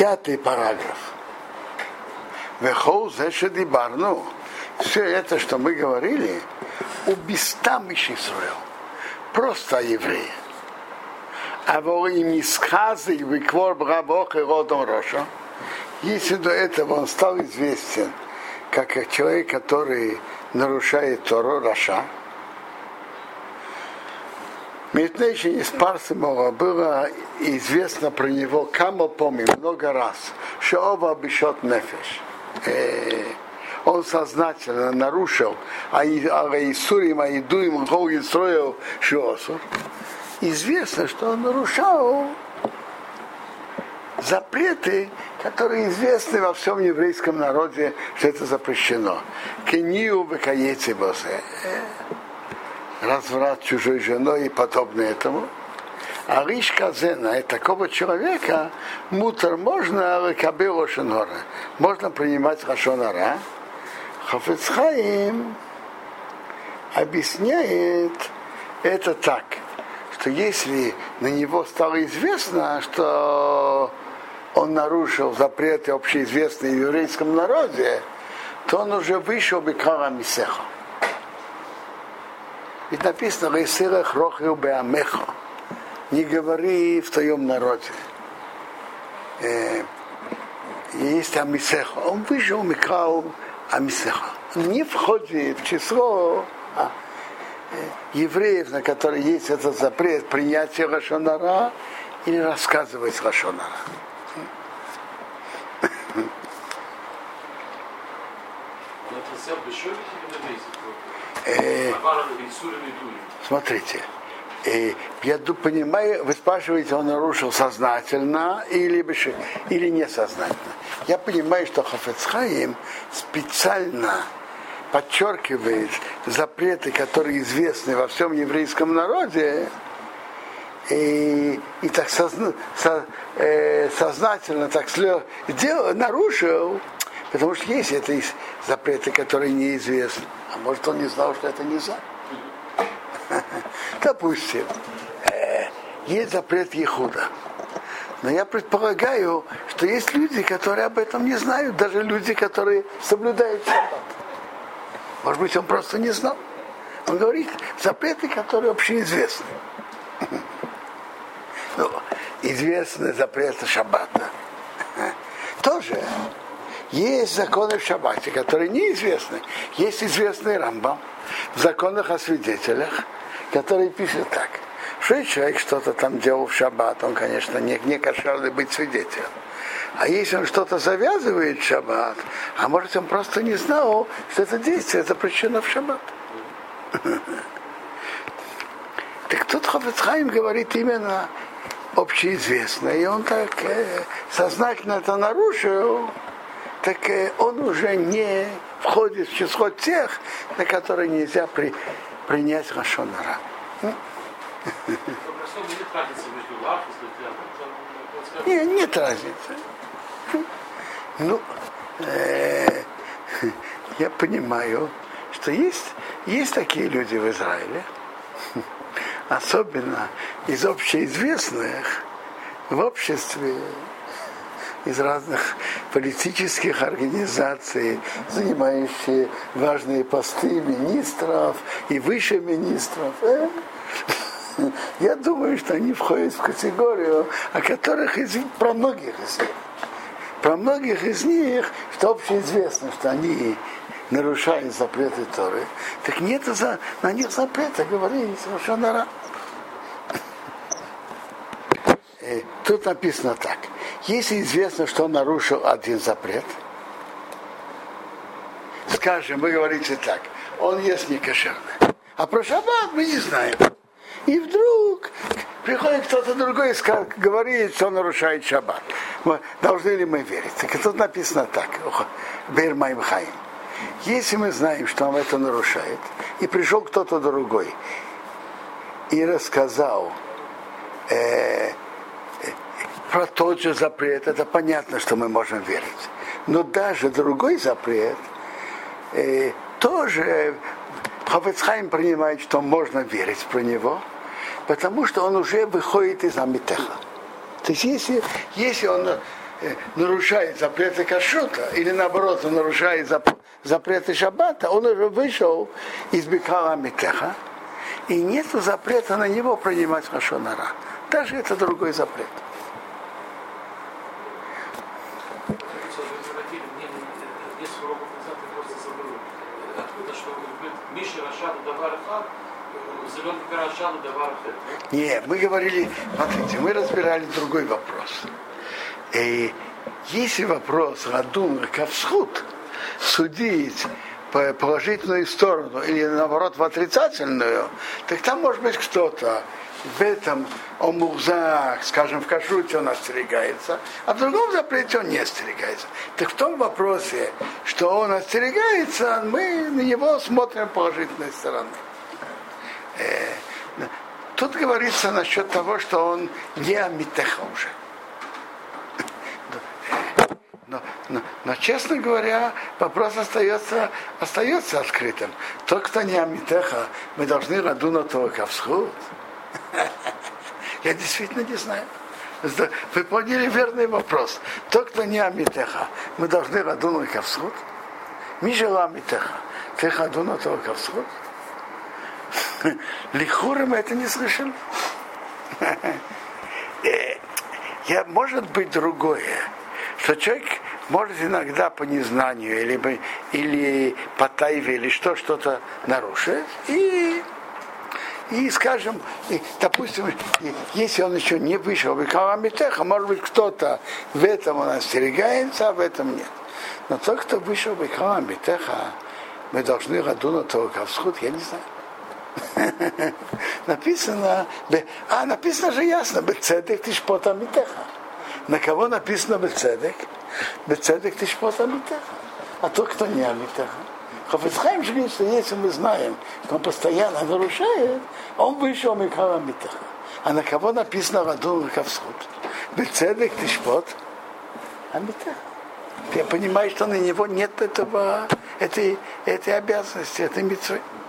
5 параграф. Вехол зешеди барну. Все это, что мы говорили, убистам Исраил. Просто о евреи. А во им исказы выквор брабох и родом Роша. Если до этого он стал известен как человек, который нарушает Тору Раша, Митнейши из Парсимова было известно про него, Камо помню, много раз, что оба обещат нефеш. Он сознательно нарушил Аисурим, Аидуим, Гол строил Шиосур. Известно, что он нарушал запреты, которые известны во всем еврейском народе, что это запрещено. Кению векаети босе. Разврат чужой женой и подобное этому. А ришка зена, такого человека, мутер можно кабело шенора. Можно принимать рашонара. Хафец Хаим объясняет это так, что если на него стало известно, что он нарушил запреты общеизвестные в еврейском народе, то он уже вышел бекара мисеха. Ведь написано «Рейсирах рохил беамехо». Не говори в твоем народе. Есть амисеха. Он вышел микрау амисеха. Не входит в число евреев, на которые есть этот запрет принятия лашон-ара или рассказывать лашон-ара. Смотрите, я понимаю, вы спрашиваете, он нарушил сознательно или несознательно. Я понимаю, что Хафец Хаим специально подчеркивает запреты, которые известны во всем еврейском народе, и так сознательно так нарушил, потому что есть это запреты, которые неизвестны. А может, он не знал, что это нельзя. Допустим, есть запрет Ехуда. Но я предполагаю, что есть люди, которые об этом не знают, даже люди, которые соблюдают шаббат. Может быть, он просто не знал. Он говорит, запреты, которые общеизвестны. Ну, известны запреты шаббата. Тоже есть законы в шаббате, которые неизвестны. Есть известный Рамбам в законах о свидетелях, который пишет так, что человек что-то там делал в шаббат, он, конечно, не кошерный быть свидетелем. А если он что-то завязывает в шаббат, а может он просто не знал, что это действие запрещено в шаббат. Так тут Хафец Хаим говорит именно общеизвестно, и он так сознательно это нарушил, так он уже не входит в число тех, на которые нельзя принять лашон-ара. Нет разницы. Ну, я понимаю, что есть такие люди в Израиле, особенно из общеизвестных в обществе, из разных политических организаций, занимающие важные посты министров и выше министров. Я думаю, что они входят в категорию, о которых про многих из них. Про многих из них, что общеизвестно, что они нарушают запреты Торы, так нет на них запрета говорить лашон-ара. Тут написано так. Если известно, что он нарушил один запрет, скажем, вы говорите так, он ест некошерно, а про шаббат мы не знаем. И вдруг приходит кто-то другой и говорит, что он нарушает шаббат. Должны ли мы верить? Так тут написано так, Бер Маим Хаим. Если мы знаем, что он это нарушает, и пришел кто-то другой и рассказал про тот же запрет, это понятно, что мы можем верить. Но даже другой запрет тоже Хафец Хаим принимает, что можно верить про него, потому что он уже выходит из Амитеха. То есть если он нарушает запреты кашрута, или наоборот, он нарушает запреты шаббата, он уже вышел из Бикала Митеха, и нет запрета на него принимать лашон ара. Даже это другой запрет. Нет, мы говорили, смотрите, мы разбирали другой вопрос. И если вопрос Радун Кавсхут судить по положительную сторону или наоборот в отрицательную, так там может быть кто-то в этом омурзах, скажем, в кашруте он остерегается, а в другом запрете он не остерегается. Так в том вопросе, что он остерегается, мы на него смотрим положительной стороны. Тут говорится насчет того, что он не амитеха уже. Но, честно говоря, вопрос остается открытым. Тот, кто не амитеха, мы должны радуна того кавсхут. Я действительно не знаю. Вы поняли верный вопрос. Тот, кто не амитеха, мы должны радуна кавсхут. Мижела амитеха. Ты радуна того кавсхут. Лихуры мы это не слышали. Может быть другое, что человек может иногда по незнанию или по тайве или что-то нарушить и скажем, допустим, если он еще не вышел в Бикала-Митеха, может быть кто-то в этом он остерегается, а в этом нет. Но тот, кто вышел в Бикала-Митеха, мы должны радуна того кавсхут, я не знаю. Написано же ясно, бецедек тишпот амитеха. На кого написано бецедек? Бецедек тишпот амитеха. А тот, кто не амитеха. Хафец Хаим говорит, что если мы знаем, что он постоянно нарушает, он вышел Бикала Митеха. А на кого написано радуна кавсхут? Бецедек тишпот амитеха. Я понимаю, что на него нет этой обязанности, этой мицвы.